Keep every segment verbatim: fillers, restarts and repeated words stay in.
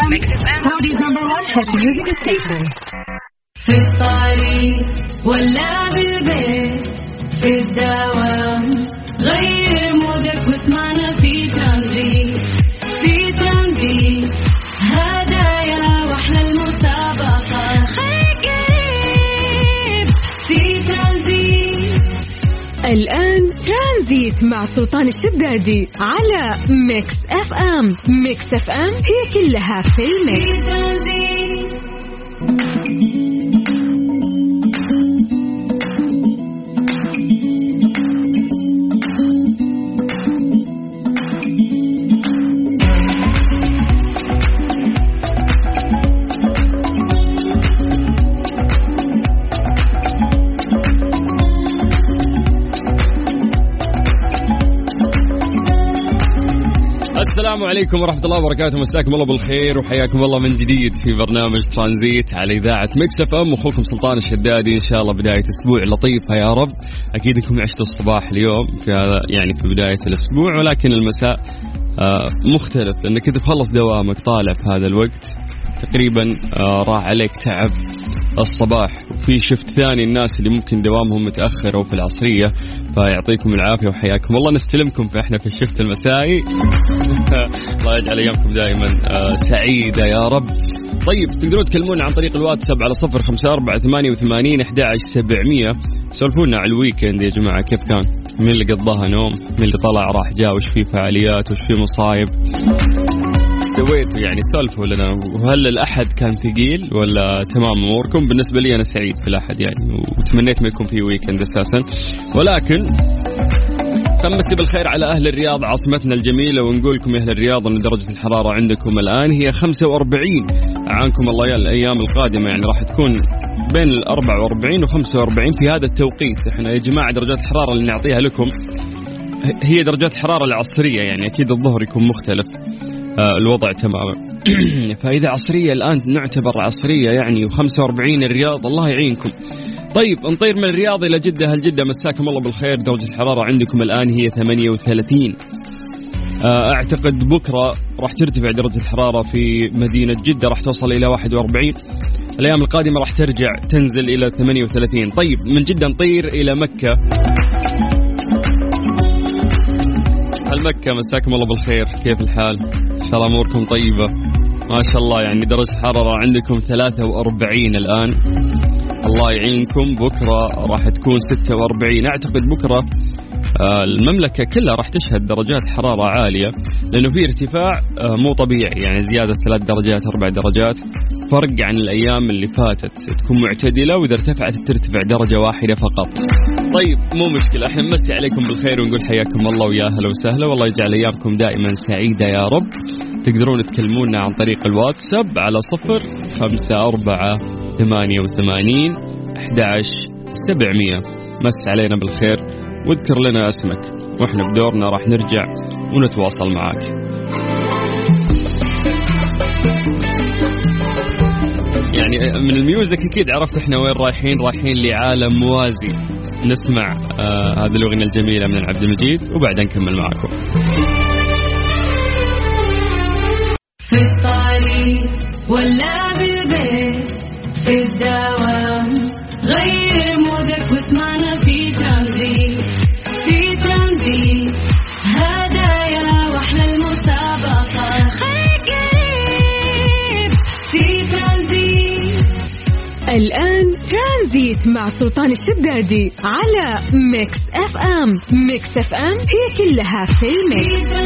Saudi's number one hit music station. في الطريق ولا بالبيت في الدوام غير مودك واسمعنا في ترانزيت في ترانزيت هدايا واحلى المسابقة خليك قريب في ترانزيت. الآن ترانزيت مع سلطان الشدادي على ميكس اف ام. ميكس اف ام هي كلها في الميكس. في ترانزيت. السلام عليكم ورحمة الله وبركاته. مساكم الله بالخير وحياكم الله من جديد في برنامج ترانزيت على إذاعة ميكس اف ام. أخوكم سلطان الشدادي. إن شاء الله بداية أسبوع لطيفة يا رب. أكيد إنكم عشتوا الصباح اليوم في هذا يعني في بداية الأسبوع، ولكن المساء آه مختلف لأنك كنت تخلص دوامك طالع في هذا الوقت تقريبا آه راح عليك تعب الصباح، وفي شفت ثاني الناس اللي ممكن دوامهم متأخر أو في العصرية، فيعطيكم العافية وحياكم الله. نستلمكم فإحنا في الشفت المسائي. الله يجعل أيامكم دائما سعيدة يا رب. طيب تقدروا تكلمونا عن طريق الواتساب على صفر خمسة أربعة ثمانية وثمانين أحد عشر سبعمية. سولفونا على الويكند يا جماعة، كيف كان؟ مين اللي قضاها نوم؟ مين اللي طلع راح جاء؟ وش في فعاليات؟ وش في مصايب؟ سويتوا يعني سولفوا لنا. وهل الأحد كان ثقيل ولا تمام أموركم؟ بالنسبة لي أنا سعيد في الأحد يعني، وتمنيت ما يكون في ويكند أساسا. ولكن خمسي بالخير على أهل الرياض عاصمتنا الجميلة، ونقول لكم يا أهل الرياض أن درجة الحرارة عندكم الآن هي خمسة وأربعين. عنكم الله يا الأيام القادمة يعني راح تكون بين الأربعة وأربعين وخمسة وأربعين في هذا التوقيت. إحنا يا جماعة درجات الحرارة اللي نعطيها لكم هي درجات الحرارة العصرية، يعني أكيد الظهر يكون مختلف آه الوضع تماما. فإذا عصرية الآن نعتبر عصرية يعني، وخمسة وأربعين الرياض، الله يعينكم. طيب نطير من الرياض إلى جدة. هل جدة مساكم الله بالخير؟ درجة الحرارة عندكم الآن هي ثمانية وثلاثين. أعتقد بكرة راح ترتفع درجة الحرارة في مدينة جدة، راح توصل إلى واحد وأربعين. الأيام القادمة راح ترجع تنزل إلى ثمانية وثلاثين. طيب من جدة نطير إلى مكة. هل مكة مساكم الله بالخير؟ كيف الحال؟ إن شاء الله أموركم طيبة ما شاء الله. يعني درجة الحرارة عندكم ثلاثة وأربعين الآن، الله يعينكم. بكرة راح تكون ستة وأربعين. أعتقد بكرة آه المملكة كلها راح تشهد درجات حرارة عالية، لأنه في ارتفاع آه مو طبيعي يعني، زيادة ثلاث درجات أربع درجات فرق عن الأيام اللي فاتت. تكون معتدلة، وإذا ارتفعت ترتفع درجة واحدة فقط. طيب مو مشكلة، احنا نمسي عليكم بالخير ونقول حياكم الله ويا أهلا وسهلا، والله يجعل أيامكم دائما سعيدة يا رب. تقدرون تكلمونا عن طريق الواتساب على صفر خمسة أربعة ثمانية وثمانين أحد عشر سبعمية. مس علينا بالخير واذكر لنا اسمك، واحنا بدورنا راح نرجع ونتواصل معاك. يعني من الميوزك اكيد عرفت احنا وين رايحين. رايحين لعالم موازي. نسمع آه هذه الأغنية الجميلة من عبد المجيد وبعدين نكمل معكم. في الطريق ولا بالبيت في الدوام غير مودك واسمعنا في ترانزيت في ترانزيت هدايا واحلى المسابقة خليك قريب في ترانزيت. الآن ترانزيت مع سلطان الشدادي على ميكس اف ام. ميكس اف ام هي كلها في الميكس.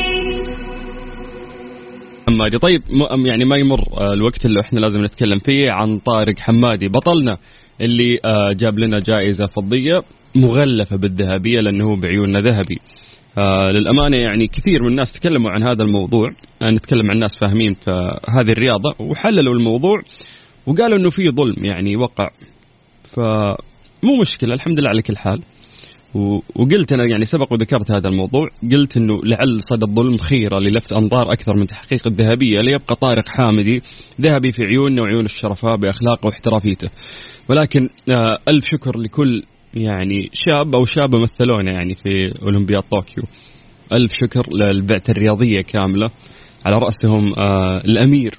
حمادي. طيب يعني ما يمر الوقت اللي احنا لازم نتكلم فيه عن طارق حمادي بطلنا اللي جاب لنا جائزة فضية مغلفة بالذهبية، لأنه بعيوننا ذهبي. آه للأمانة يعني كثير من الناس تكلموا عن هذا الموضوع. يعني نتكلم عن ناس فاهمين في هذه الرياضة وحللوا الموضوع وقالوا أنه فيه ظلم يعني وقع. فمو مشكلة، الحمد لله على كل حال. وقلت أنا يعني سبق وذكرت هذا الموضوع، قلت أنه لعل صدى الظلم خيرة للفت أنظار أكثر من تحقيق الذهبية، ليبقى طارق حامدي ذهبي في عيوننا وعيون الشرفاء بأخلاقه واحترافيته. ولكن آه ألف شكر لكل يعني شاب أو شابة مثلونا يعني في أولمبياد طوكيو. ألف شكر للبعثة الرياضية كاملة على رأسهم آه الأمير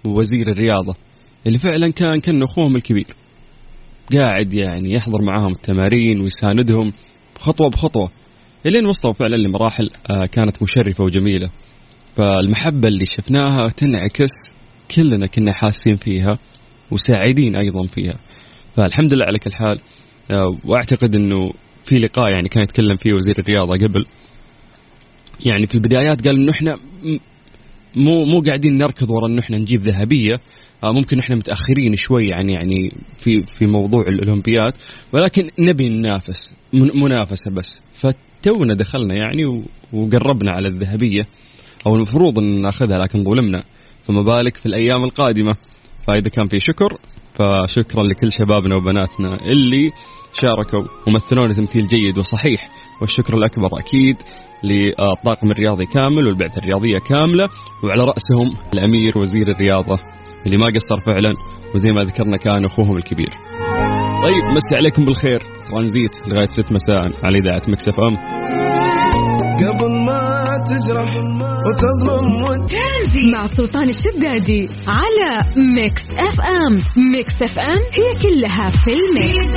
ووزير الرياضة اللي فعلا كان كان أخوهم الكبير، قاعد يعني يحضر معاهم التمارين ويساندهم خطوة بخطوة لين وصلوا فعلا لمراحل كانت مشرفة وجميلة. فالمحبة اللي شفناها تنعكس كلنا كنا حاسين فيها وساعدين أيضا فيها. فالحمد لله على كل حال. وأعتقد أنه في لقاء يعني كان يتكلم فيه وزير الرياضة قبل، يعني في البدايات قال أنه إحنا مو مو قاعدين نركض وراء أنه إحنا نجيب ذهبية، ممكن إحنا متأخرين شوي يعني يعني في في موضوع الأولمبياد، ولكن نبي ننافس منافسة بس. فتونا دخلنا يعني وقربنا على الذهبية، أو المفروض أن نأخذها لكن ظلمنا، فما بالك في الأيام القادمة. فإذا كان في شكر فشكرا لكل شبابنا وبناتنا اللي شاركوا ومثلون تمثيل جيد وصحيح، والشكر الأكبر أكيد للطاقم الرياضي كامل والبعثة الرياضية كاملة، وعلى رأسهم الأمير وزير الرياضة اللي ما قصر فعلا، وزي ما ذكرنا كان أخوهم الكبير. طيب مسي عليكم بالخير، ترانزيت لغاية ست مساء على إذاعة ميكس إف إم. قبل ما تجرح وتظلم مع سلطان الشدادي على ميكس إف إم. ميكس إف إم هي كلها في الميكس.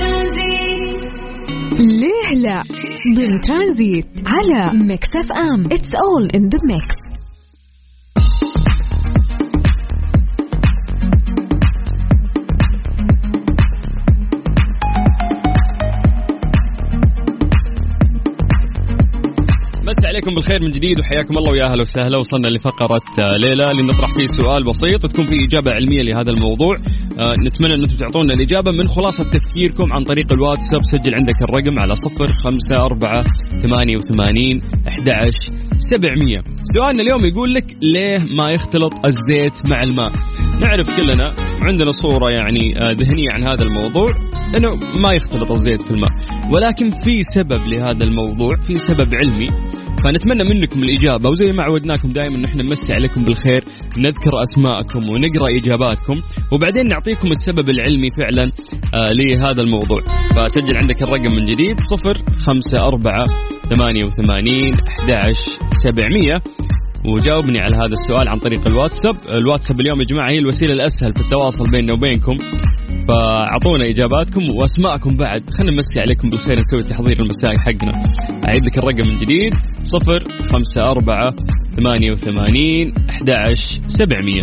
ليه لا ضمن ترانزيت على ميكس إف إم. It's all in the mix. مسي عليكم بالخير من جديد وحياكم الله ويا أهلا وسهلا. وصلنا لفقرة ليلى اللي نطرح فيه سؤال بسيط تكون فيه إجابة علمية لهذا الموضوع. آه نتمنى أن أنتم تعطونا الإجابة من خلاصة تفكيركم عن طريق الواتساب. سجل عندك الرقم على صفر خمسة أربعة ثمانية وثمانين أحد عشر سبعمية. سؤالنا اليوم يقول لك ليه ما يختلط الزيت مع الماء؟ نعرف كلنا وعندنا صورة يعني ذهنية عن هذا الموضوع أنه ما يختلط الزيت في الماء، ولكن في سبب لهذا الموضوع، في سبب علمي. فنتمنى منكم الإجابة، وزي ما عودناكم دائما نحن نمسي عليكم بالخير، نذكر أسماءكم ونقرأ إجاباتكم وبعدين نعطيكم السبب العلمي فعلا آه لهذا الموضوع. فسجل عندك الرقم من جديد صفر خمسة أربعة ثمانية وثمانين أحد عشر سبعمية وجاوبني على هذا السؤال عن طريق الواتساب. الواتساب اليوم يا جماعة هي الوسيلة الأسهل في التواصل بيننا وبينكم، فأعطونا إجاباتكم وأسماءكم بعد. خلنا نمسي عليكم بالخير، نسوي التحضير المسائي حقنا. أعيد لك الرقم من جديد صفر خمسة أربعة ثمانية وثمانين أحد عشر سبعمية.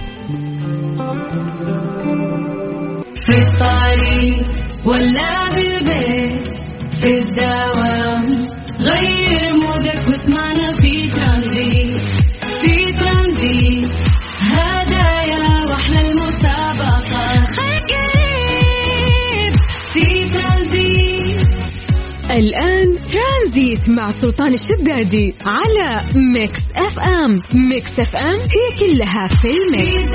في الطريق ولا بالبيت في الدوام غير مودك واسمعنا في ترانزيت. في ترانزيت هدايا واحلى المسابقة خير في ترانزيت. الآن ترانزيت مع سلطان الشدادي على ميكس إف إم. ميكس إف إم هي كلها في الميكس.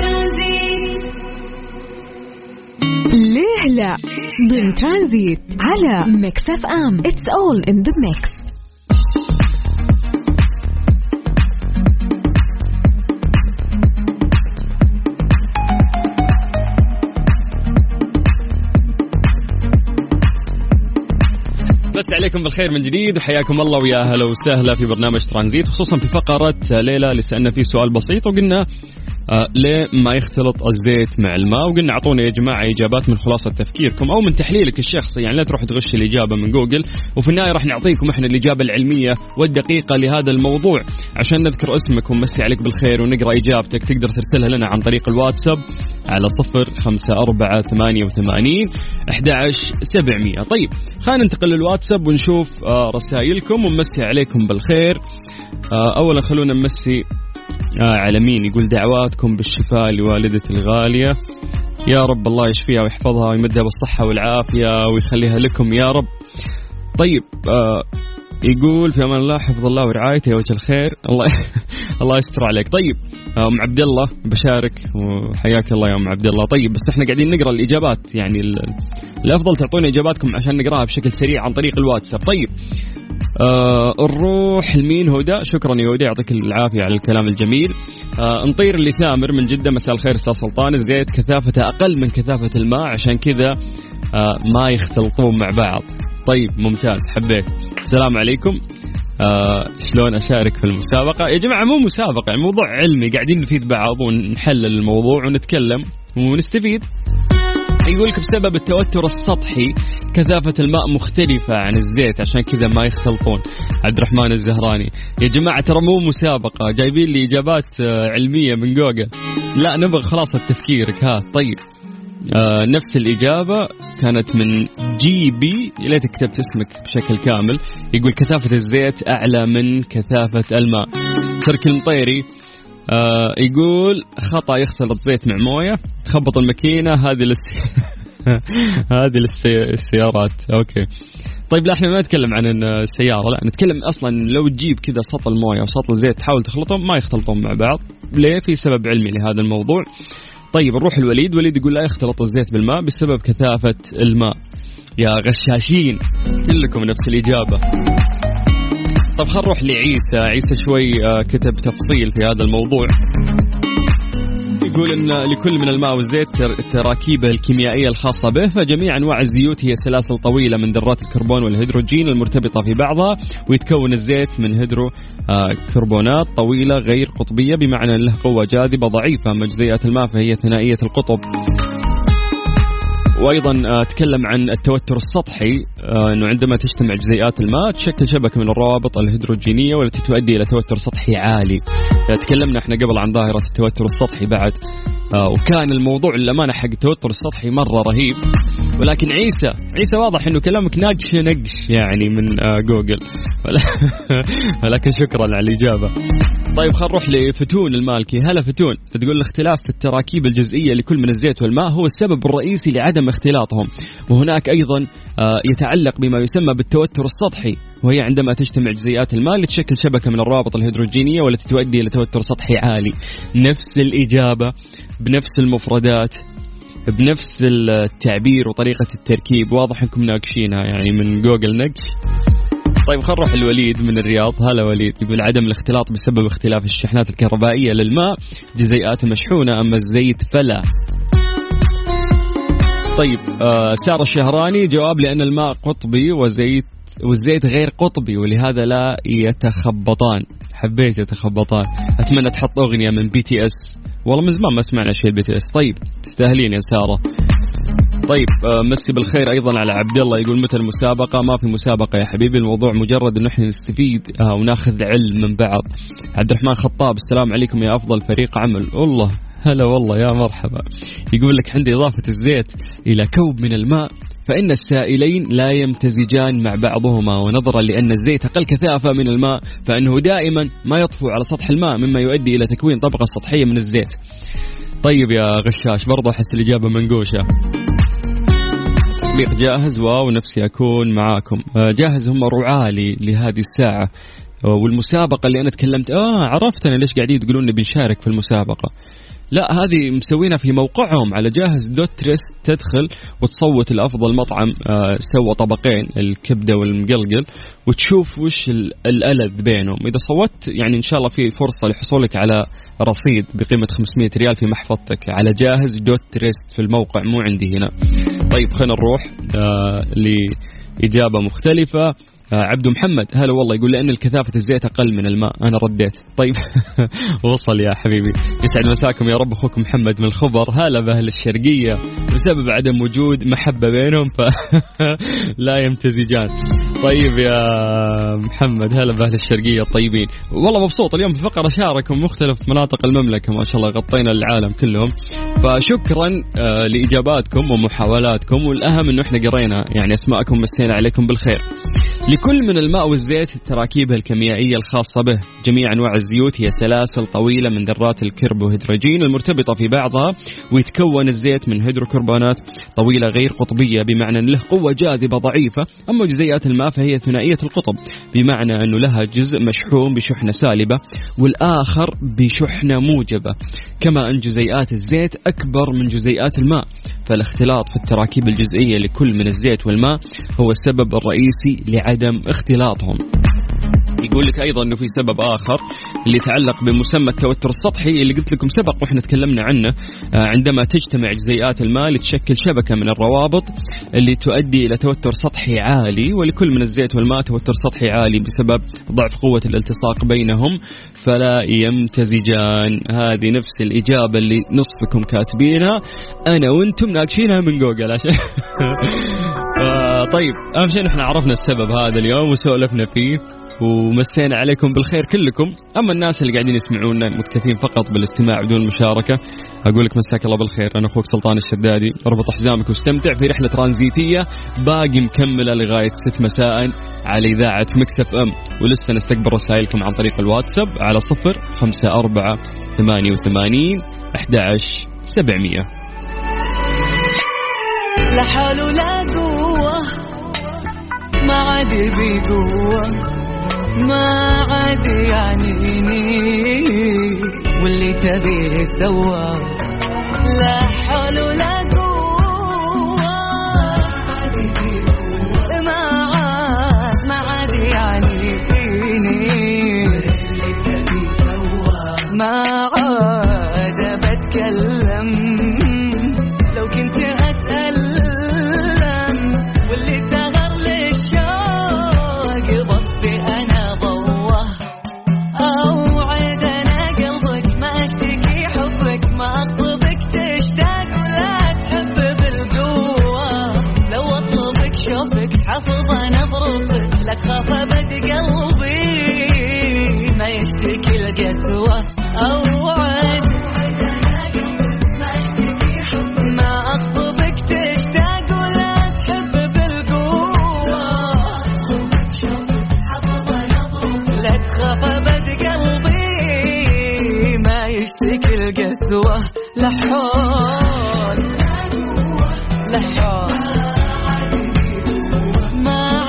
ليه لا ضمن ترانزيت على ميكس إف إم. It's all in the mix. مسي عليكم بالخير من جديد وحياكم الله ويا أهلا وسهلا في برنامج ترانزيت، خصوصا في فقرة ليلى اللي سألنا فيه سؤال بسيط وقلنا آه ليه ما يختلط الزيت مع الماء، وقلنا أعطونا يا جماعة إجابات من خلاصة تفكيركم أو من تحليلك الشخصي، يعني لا تروح تغش الإجابة من جوجل، وفي النهاية راح نعطيكم إحنا الإجابة العلمية والدقيقة لهذا الموضوع. عشان نذكر اسمك ونمسي عليك بالخير ونقرأ إجابتك تقدر ترسلها لنا عن طريق الواتساب على صفر خمسة أربعة ثمانية وثمانين أحد عشر سبعمية. طيب خلينا ننتقل للواتساب ونشوف آه رسائلكم ونمسي عليكم بالخير. آه أولا خلونا نمسي آه على مين. يقول دعواتكم بالشفاء لوالدتي الغالية، يا رب الله يشفيها ويحفظها ويمدها بالصحة والعافية ويخليها لكم يا رب. طيب آه يقول في أمان الله، حفظ الله ورعايته يا وجه الخير، الله الله يستر عليك. طيب أم عبد الله بشارك وحياك الله يا أم عبد الله. طيب بس احنا قاعدين نقرأ الإجابات، يعني الأفضل تعطونا إجاباتكم عشان نقرأها بشكل سريع عن طريق الواتساب. طيب آه نروح لمين؟ هدى، شكرا يا هدى يعطيك العافية على الكلام الجميل. آه نطير اللي ثامر من جدة، مساء الخير أستاذ سلطان، الزيت كثافته أقل من كثافة الماء عشان كذا آه ما يختلطون مع بعض. طيب ممتاز، حبيت. السلام عليكم. آه شلون أشارك في المسابقة. يا جماعة مو مسابقة، يعني موضوع علمي قاعدين نفيد بعض ونحلل الموضوع ونتكلم ونستفيد. يقولك بسبب التوتر السطحي كثافة الماء مختلفة عن الزيت عشان كذا ما يختلطون. عبد الرحمن الزهراني. يا جماعة ترى مو مسابقة، جايبين لي إجابات علمية من جوجل، لا نبغى خلاص تفكيرك. ها طيب آه نفس الإجابة كانت من جي بي، ليت كتبت اسمك بشكل كامل. يقول كثافة الزيت أعلى من كثافة الماء. ترك المطيري آه يقول خطأ، يختلط زيت مع موية تخبط الماكينة. هذه للس... هذه للسيارات. أوكي طيب لا احنا ما نتكلم عن السيارة، لا نتكلم أصلا لو تجيب كذا سطل الموية وسطل الزيت تحاول تخلطهم ما يختلطون مع بعض. ليه؟ في سبب علمي لهذا الموضوع. طيب نروح الوليد. وليد يقول لا يختلط الزيت بالماء بسبب كثافة الماء. يا غشاشين كلكم نفس الإجابة. طب خل نروح لعيسى. عيسى شوي كتب تفصيل في هذا الموضوع. يقول إن لكل من الماء والزيت تراكيبه الكيميائية الخاصة به، فجميع أنواع الزيوت هي سلاسل طويلة من ذرات الكربون والهيدروجين المرتبطة في بعضها، ويتكون الزيت من هيدرو كربونات طويلة غير قطبية بمعنى أن له قوة جاذبة ضعيفة. أما جزيئات الماء فهي ثنائية القطب. وأيضا تكلم عن التوتر السطحي، أنه عندما تجتمع جزيئات الماء تشكل شبكة من الروابط الهيدروجينية والتي تؤدي إلى توتر سطحي عالي. تكلمنا احنا قبل عن ظاهرة التوتر السطحي بعد، وكان الموضوع للأمانة حق التوتر السطحي مرة رهيب. ولكن عيسى عيسى واضح أنه كلامك ناقش نقش يعني من جوجل، ولكن شكرا على الإجابة. طيب خل نروح لفتون المالكي. هلا فتون، تقول الاختلاف في التراكيب الجزئية لكل من الزيت والماء هو السبب الرئيسي لعدم اختلاطهم، وهناك أيضا يتعلق بما يسمى بالتوتر السطحي، وهي عندما تجتمع جزيئات الماء لتشكل شبكة من الروابط الهيدروجينية والتي تؤدي إلى توتر سطحي عالي. نفس الإجابة بنفس المفردات بنفس التعبير وطريقة التركيب. واضح أنكم ناقشينها يعني من جوجل نقش. طيب خل نروح الوليد من الرياض. هلا وليد. يقول عدم الاختلاط بسبب اختلاف الشحنات الكهربائية للماء، جزيئات مشحونة، أما الزيت فلا. طيب آه سارة الشهراني. جواب لأن الماء قطبي وزيت والزيت غير قطبي ولهذا لا يتخبطان. حبيت يتخبطان. أتمنى تحط أغنية من بي تي اس، والله من زمان ما سمعنا شيء بي تي اس. طيب تستاهلين يا سارة. طيب مسي بالخير أيضا على عبد الله. يقول متى المسابقة؟ ما في مسابقة يا حبيبي، الموضوع مجرد إنه إحنا نستفيد وناخذ علم من بعض. عبد الرحمن خطاب. السلام عليكم يا أفضل فريق عمل. والله هلا والله يا مرحبا. يقول لك عند إضافة الزيت إلى كوب من الماء فإن السائلين لا يمتزجان مع بعضهما، ونظرا لأن الزيت أقل كثافة من الماء فإنه دائما ما يطفو على سطح الماء مما يؤدي إلى تكوين طبقة سطحية من الزيت. طيب يا غشاش برضه أحس الإجابة منقوشة. تطبيق جاهز. واو نفسي أكون معاكم. جاهز هم رعالي لهذه الساعة والمسابقة اللي أنا تكلمت. آه عرفت أنا ليش قاعدين تقولون نبي نشارك في المسابقة. لا هذه مسوينها في موقعهم على جاهز دوت تريست. تدخل وتصوت الأفضل مطعم آه سوى طبقين الكبدة والمقلقل وتشوف وش الألذ بينهم. إذا صوت يعني إن شاء الله في فرصة لحصولك على رصيد بقيمة خمسمية ريال في محفظتك على جاهز دوت تريست في الموقع مو عندي هنا. طيب خلينا نروح آه لإجابة مختلفة. آه عبد محمد. هلا والله. يقول لأن الكثافة الزيت أقل من الماء. أنا رديت. طيب وصل يا حبيبي. يسعد مساكم يا رب. أخوكم محمد من الخبر. هلا بأهل الشرقية. بسبب عدم وجود محبة بينهم فلا يمتزجان. طيب يا محمد هلا بأهل الشرقية الطيبين. والله مبسوط اليوم في فقرة شاركوا مختلف مناطق المملكة ما شاء الله، غطينا العالم كلهم. فشكرا آه لإجاباتكم ومحاولاتكم، والأهم أنه إحنا قرينا يعني أسماءكم مسينا عليكم بالخير. لكل من الماء والزيت التراكيب الكيميائية الخاصة به. جميع أنواع الزيوت هي سلاسل طويلة من ذرات الكربوهيدروجين المرتبطة في بعضها، ويتكون الزيت من هيدروكربونات طويلة غير قطبية بمعنى أن له قوة جاذبة ضعيفة. أما جزيئات الماء فهي ثنائية القطب بمعنى أنه لها جزء مشحون بشحنة سالبة والآخر بشحنة موجبة، كما أن جزيئات الزيت أكبر من جزيئات الماء. فالاختلاط في التراكيب الجزئية لكل من الزيت والماء هو السبب الرئيسي لعدم اختلاطهم. يقول لك أيضا أنه في سبب آخر اللي يتعلق بمسمى التوتر السطحي اللي قلت لكم سبق وإحنا تكلمنا عنه. عندما تجتمع جزيئات الماء لتشكل شبكة من الروابط اللي تؤدي إلى توتر سطحي عالي، ولكل من الزيت والماء توتر سطحي عالي بسبب ضعف قوة الالتصاق بينهم فلا يمتزجان. هذه نفس الإجابة اللي نصكم كاتبينها، أنا وأنتم ناقشينها من جوجل عشان طيب أهم شيء نحن عرفنا السبب هذا اليوم وسولفنا فيه ومسينا عليكم بالخير كلكم. أما الناس اللي قاعدين يسمعونا مكتفين فقط بالاستماع بدون مشاركة، أقول لك مساك الله بالخير. أنا أخوك سلطان الشدادي، اربط حزامك واستمتع في رحلة ترانزيتية باقي مكملة لغاية ست مساء على إذاعة ميكس اف ام. ولسه نستقبل رسائلكم عن طريق الواتساب على صفر خمسة أربعة ثمانية وثمانين أحد عشر سبعمية. لا حول ولا قوة ما عاد بقوة ما عاد يعنيني واللي تبيه سوا. لا حول ولا قوة ما عاد ما عاد يعنيني واللي تبيه سوا. ما عاد بتكلم لو كنت أتألم واللي سهر للشوق بطي أنا ضوه. أوعد أنا قلبك ما أشتكي حبك ما أطلبك تشتاق ولا تحب بالقوة. لو أطلبك شوفك حفظ نظرتك لا تخاف أبد قلبي ما يشتكي القسوة. أوعد لا حول لا حول ما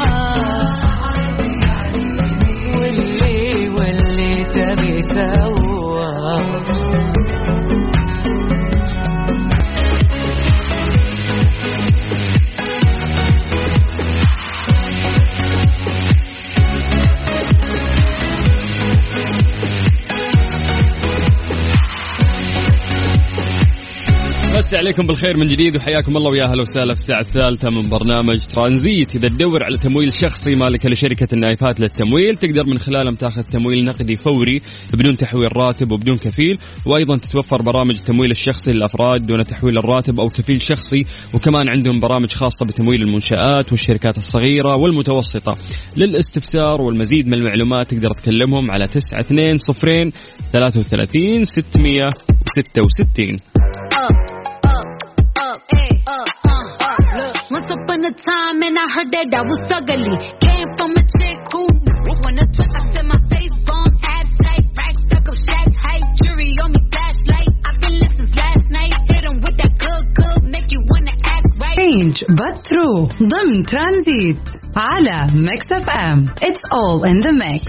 واللي واللي تبي سوا. عليكم بالخير من جديد وحياكم الله ويا اهلا وسهلا في الساعة الثالثة من برنامج ترانزيت. إذا تدور على تمويل شخصي مالك لشركة النايفات للتمويل تقدر من خلالهم تاخذ تمويل نقدي فوري بدون تحويل راتب وبدون كفيل، وأيضا تتوفر برامج التمويل الشخصي للأفراد دون تحويل الراتب أو كفيل شخصي، وكمان عندهم برامج خاصة بتمويل المنشآت والشركات الصغيرة والمتوسطة. للاستفسار والمزيد من المعلومات تقدر تكلمهم على تسعة اثنين صفرين ثلاثة وثلاثين ستمية وستة وستين. Once upon a time and I heard that I was ugly. Came from a chick who when a twitch I said my face bomb ass tight rack stuck up shack height jury on me flashlight. I've been listening last night hit him with that good good make you wanna act right. Change but true ضمن ترانزيت على ميكس اف ام. It's all in the mix.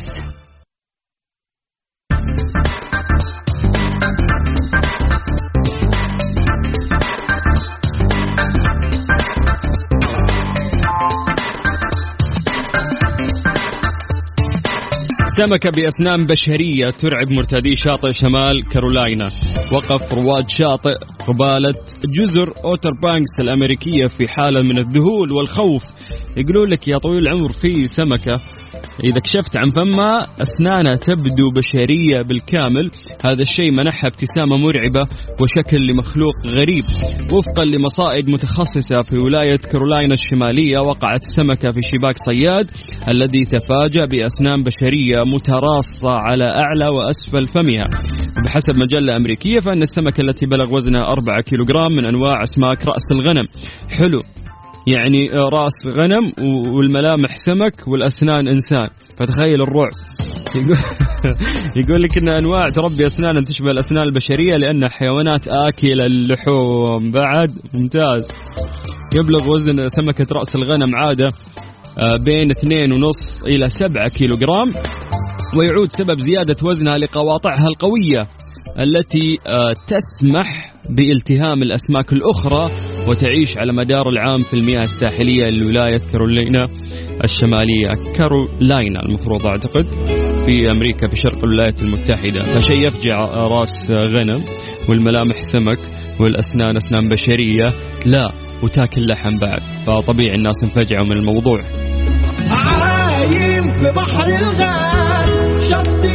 سمكة بأسنان بشرية ترعب مرتادي شاطئ شمال كارولاينا. وقف رواد شاطئ قبالة جزر أوتر بانكس الأمريكية في حالة من الذهول والخوف. يقولون لك يا طويل العمر في سمكة إذا كشفت عن فمها أسنانها تبدو بشرية بالكامل. هذا الشيء منحها ابتسامة مرعبة وشكل لمخلوق غريب. وفقا لمصائد متخصصة في ولاية كارولاينا الشمالية وقعت سمكة في شباك صياد الذي تفاجأ بأسنان بشرية متراصة على أعلى وأسفل فمها. بحسب مجلة أمريكية فإن السمكة التي بلغ وزنها أربعة كيلوغرام من أنواع أسماك رأس الغنم. حلو، يعني راس غنم والملامح سمك والأسنان إنسان، فتخيل الرعب. يقول لك إن أنواع تربي أسنان تشبه الأسنان البشرية لأنها حيوانات آكلة اللحوم. بعد ممتاز. يبلغ وزن سمكة رأس الغنم عادة بين اثنين ونص إلى سبعة كيلوغرام، ويعود سبب زيادة وزنها لقواطعها القوية التي تسمح بالتهام الأسماك الأخرى وتعيش على مدار العام في المياه الساحلية لولاية كارولاينا الشمالية. كارولاينا المفروض أعتقد. في أمريكا في شرق الولايات المتحدة، فشيء يفجع راس غنم والملامح سمك والأسنان أسنان بشرية، لا وتاكل لحم بعد، فطبيعي الناس انفجعوا من الموضوع. عايم في بحر الغال شط